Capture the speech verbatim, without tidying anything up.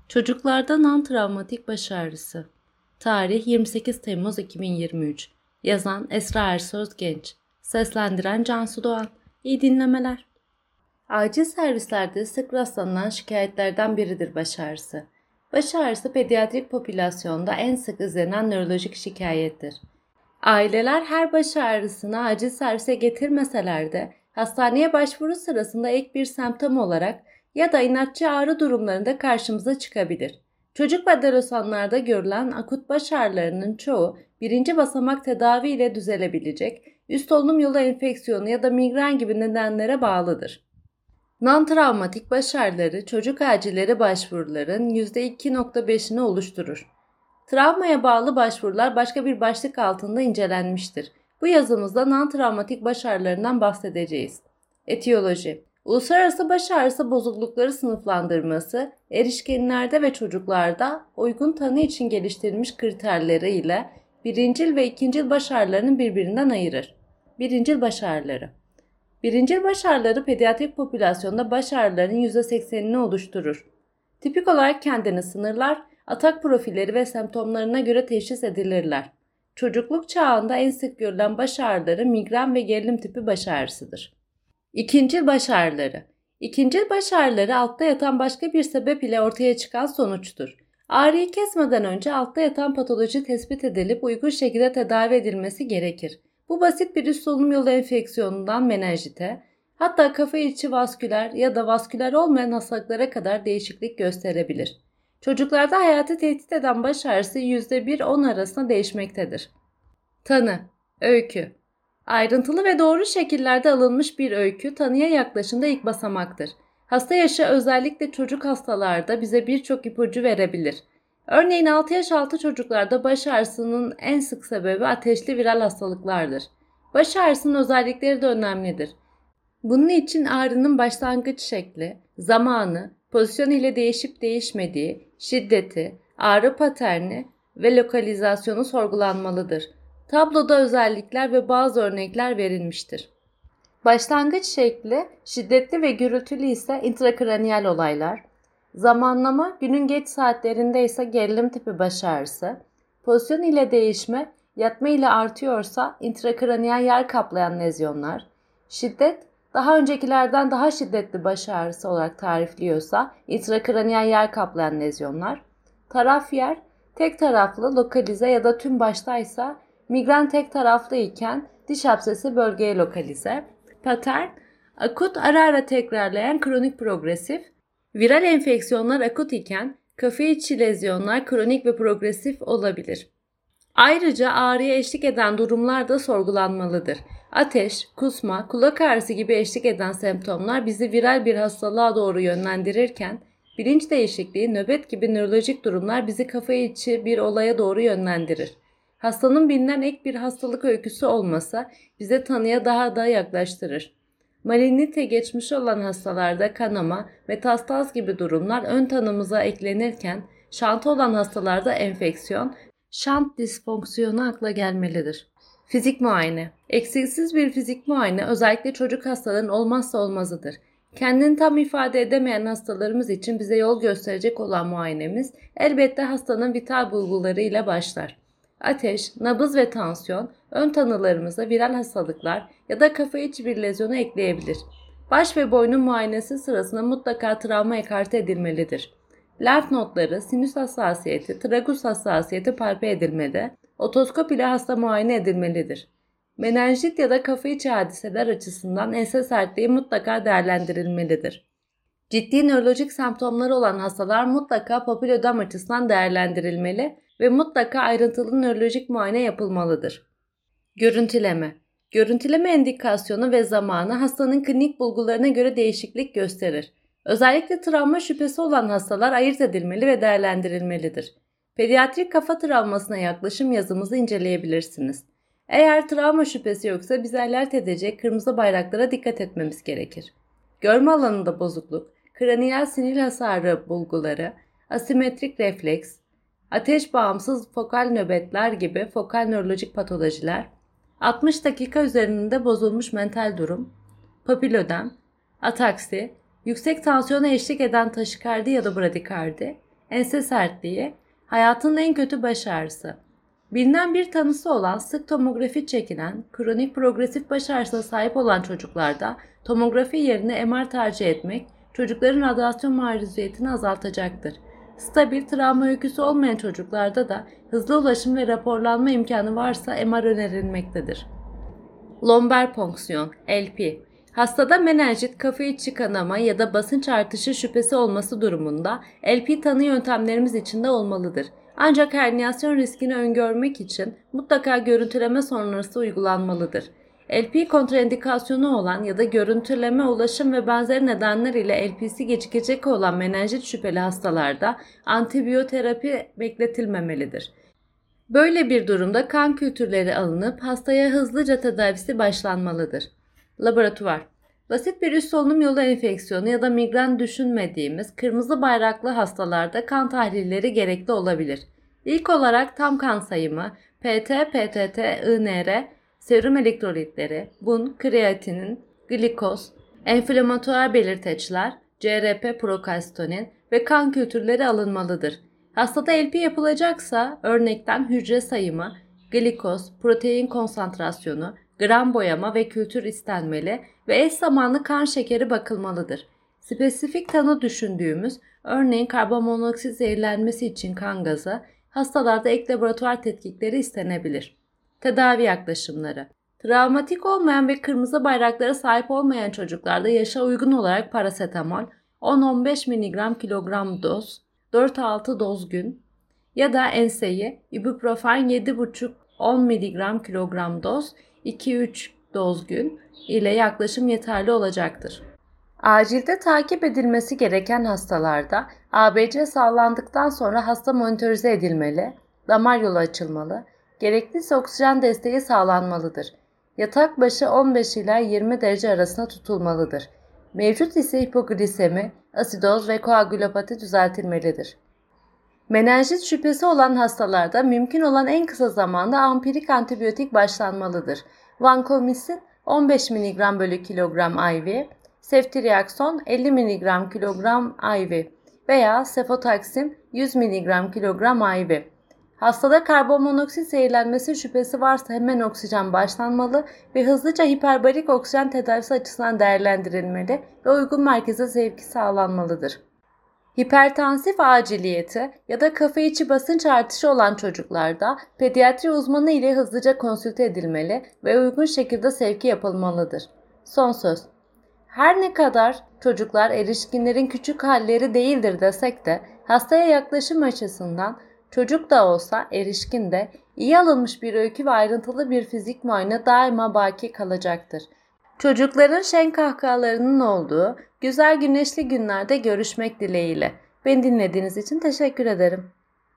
Çocuklarda non-travmatik baş ağrısı. Tarih yirmi sekiz Temmuz iki bin yirmi üç. Yazan Esra Ersöz Genç. Seslendiren Cansu Doğan. İyi dinlemeler. Acil servislerde sık rastlanan şikayetlerden biridir baş ağrısı. Baş ağrısı pediatrik popülasyonda en sık izlenen nörolojik şikayettir. Aileler her baş ağrısını acil servise getirmeseler de hastaneye başvuru sırasında ek bir semptom olarak ya da inatçı ağrı durumlarında karşımıza çıkabilir. Çocuk ve adoleskanlarda görülen akut baş ağrılarının çoğu birinci basamak tedavi ile düzelebilecek, üst solunum yolu enfeksiyonu ya da migren gibi nedenlere bağlıdır. Non-travmatik baş ağrıları çocuk acilleri başvuruların yüzde iki virgül beşini oluşturur. Travmaya bağlı başvurular başka bir başlık altında incelenmiştir. Bu yazımızda non-travmatik baş ağrılarından bahsedeceğiz. Etiyoloji. Uluslararası baş ağrısı bozuklukları sınıflandırması, erişkinlerde ve çocuklarda uygun tanı için geliştirilmiş kriterleri ile birincil ve ikincil baş ağrılarını birbirinden ayırır. Birincil baş ağrıları. Birincil baş ağrıları pediatrik popülasyonda baş ağrılarının yüzde seksenini oluşturur. Tipik olarak kendini sınırlar, atak profilleri ve semptomlarına göre teşhis edilirler. Çocukluk çağında en sık görülen baş ağrıları migren ve gerilim tipi baş ağrısıdır. İkincil baş ağrıları. İkincil baş ağrıları altta yatan başka bir sebep ile ortaya çıkan sonuçtur. Ağrıyı kesmeden önce altta yatan patoloji tespit edilip uygun şekilde tedavi edilmesi gerekir. Bu basit bir üst solunum yolu enfeksiyonundan menenjite, hatta kafa içi vasküler ya da vasküler olmayan hastalıklara kadar değişiklik gösterebilir. Çocuklarda hayatı tehdit eden baş ağrısı yüzde bir on arasında değişmektedir. Tanı, öykü. Ayrıntılı ve doğru şekillerde alınmış bir öykü tanıya yaklaşımda ilk basamaktır. Hasta yaşı özellikle çocuk hastalarda bize birçok ipucu verebilir. Örneğin altı yaş altı çocuklarda baş ağrısının en sık sebebi ateşli viral hastalıklardır. Baş ağrısının özellikleri de önemlidir. Bunun için ağrının başlangıç şekli, zamanı, pozisyon ile değişip değişmediği, şiddeti, ağrı paterni ve lokalizasyonu sorgulanmalıdır. Tabloda özellikler ve bazı örnekler verilmiştir. Başlangıç şekli şiddetli ve gürültülü ise intrakraniyal olaylar, zamanlama günün geç saatlerinde ise gerilim tipi baş ağrısı, pozisyon ile değişme yatma ile artıyorsa intrakraniyal yer kaplayan lezyonlar, şiddet daha öncekilerden daha şiddetli baş ağrısı olarak tarifliyorsa intrakraniyal yer kaplayan lezyonlar, taraf yer tek taraflı lokalize ya da tüm baştaysa migren tek taraflı iken diş absesi bölgeye lokalize, patern akut ara ara tekrarlayan kronik progresif, viral enfeksiyonlar akut iken kafa içi lezyonlar kronik ve progresif olabilir. Ayrıca ağrıya eşlik eden durumlar da sorgulanmalıdır. Ateş, kusma, kulak ağrısı gibi eşlik eden semptomlar bizi viral bir hastalığa doğru yönlendirirken, bilinç değişikliği, nöbet gibi nörolojik durumlar bizi kafa içi bir olaya doğru yönlendirir. Hastanın bilinen ek bir hastalık öyküsü olmasa bize tanıya daha da yaklaştırır. Malignite geçmişi olan hastalarda kanama, metastaz gibi durumlar ön tanımıza eklenirken, şantı olan hastalarda enfeksiyon, şant disfonksiyonu akla gelmelidir. Fizik muayene. Eksiksiz bir fizik muayene özellikle çocuk hastaların olmazsa olmazıdır. Kendini tam ifade edemeyen hastalarımız için bize yol gösterecek olan muayenemiz elbette hastanın vital bulguları ile başlar. Ateş, nabız ve tansiyon ön tanılarımıza viral hastalıklar ya da kafa içi bir lezyonu ekleyebilir. Baş ve boynun muayenesi sırasında mutlaka travma ekarte edilmelidir. Lenf notları, sinüs hassasiyeti, tragus hassasiyeti palpe edilmeli, otoskop ile hasta muayene edilmelidir. Menenjit ya da kafa içi hadiseler açısından ense sertliği mutlaka değerlendirilmelidir. Ciddi nörolojik semptomları olan hastalar mutlaka papilödem açısından değerlendirilmeli ve mutlaka ayrıntılı nörolojik muayene yapılmalıdır. Görüntüleme. Görüntüleme indikasyonu ve zamanı hastanın klinik bulgularına göre değişiklik gösterir. Özellikle travma şüphesi olan hastalar ayırt edilmeli ve değerlendirilmelidir. Pediatrik kafa travmasına yaklaşım yazımızı inceleyebilirsiniz. Eğer travma şüphesi yoksa bizi alert edecek kırmızı bayraklara dikkat etmemiz gerekir. Görme alanında bozukluk, kraniyal sinir hasarı bulguları, asimetrik refleks, ateş bağımsız fokal nöbetler gibi fokal nörolojik patolojiler, altmış dakika üzerinde bozulmuş mental durum, papilödem, ataksi, yüksek tansiyona eşlik eden taşikardi ya da bradikardi, ense sertliği, hayatın en kötü baş ağrısı. Bilinen bir tanısı olan sık tomografi çekilen, kronik progresif baş ağrısına sahip olan çocuklarda tomografi yerine M R tercih etmek, çocukların radyasyon maruziyetini azaltacaktır. Stabil travma öyküsü olmayan çocuklarda da hızlı ulaşım ve raporlanma imkanı varsa M R önerilmektedir. Lomber ponksiyon, L P. Hastada menenjit, kafa içi kanama ya da basınç artışı şüphesi olması durumunda L P tanı yöntemlerimiz içinde olmalıdır. Ancak herniyasyon riskini öngörmek için mutlaka görüntüleme sonrası uygulanmalıdır. L P kontraindikasyonu olan ya da görüntüleme, ulaşım ve benzeri nedenler ile L P'si gecikecek olan menenjit şüpheli hastalarda antibiyoterapi bekletilmemelidir. Böyle bir durumda kan kültürleri alınıp hastaya hızlıca tedavisi başlanmalıdır. Laboratuvar. Basit bir üst solunum yolu enfeksiyonu ya da migren düşünmediğimiz kırmızı bayraklı hastalarda kan tahlilleri gerekli olabilir. İlk olarak tam kan sayımı, P T, P T T, I N R, serum elektrolitleri, bun, kreatinin, glikoz, enflamatuar belirteçler, C R P, prokalsitonin ve kan kültürleri alınmalıdır. Hastada L P yapılacaksa örnekten hücre sayımı, glikoz, protein konsantrasyonu, gram boyama ve kültür istenmeli ve eş zamanlı kan şekeri bakılmalıdır. Spesifik tanı düşündüğümüz, örneğin karbonmonoksit zehirlenmesi için kan gazı, hastalarda ek laboratuvar tetkikleri istenebilir. Tedavi yaklaşımları. Travmatik olmayan ve kırmızı bayraklara sahip olmayan çocuklarda yaşa uygun olarak parasetamol on on beş miligram kilogram doz, dört altı doz gün ya da enseyi ibuprofen yedi buçuk on miligram kilogram doz, iki üç doz gün ile yaklaşım yeterli olacaktır. Acilde takip edilmesi gereken hastalarda A B C sağlandıktan sonra hasta monitörize edilmeli, damar yolu açılmalı, gerekliyse oksijen desteği sağlanmalıdır. Yatak başı on beş ila yirmi derece arasında tutulmalıdır. Mevcut ise hipoglisemi, asidoz ve koagülopati düzeltilmelidir. Menenjit şüphesi olan hastalarda mümkün olan en kısa zamanda ampirik antibiyotik başlanmalıdır. Vancomycin on beş miligram bölü kilogram I V, ceftriaxon elli miligram kilogram I V veya cefotaxim yüz miligram kilogram I V. Hastada karbonmonoksit zehirlenmesi şüphesi varsa hemen oksijen başlanmalı ve hızlıca hiperbarik oksijen tedavisi açısından değerlendirilmeli ve uygun merkeze sevki sağlanmalıdır. Hipertansif aciliyeti ya da kafa içi basınç artışı olan çocuklarda pediatri uzmanı ile hızlıca konsülte edilmeli ve uygun şekilde sevki yapılmalıdır. Son söz. Her ne kadar çocuklar erişkinlerin küçük halleri değildir desek de hastaya yaklaşım açısından çocuk da olsa erişkin de iyi alınmış bir öykü ve ayrıntılı bir fizik muayene daima baki kalacaktır. Çocukların şen kahkahalarının olduğu güzel güneşli günlerde görüşmek dileğiyle. Beni dinlediğiniz için teşekkür ederim.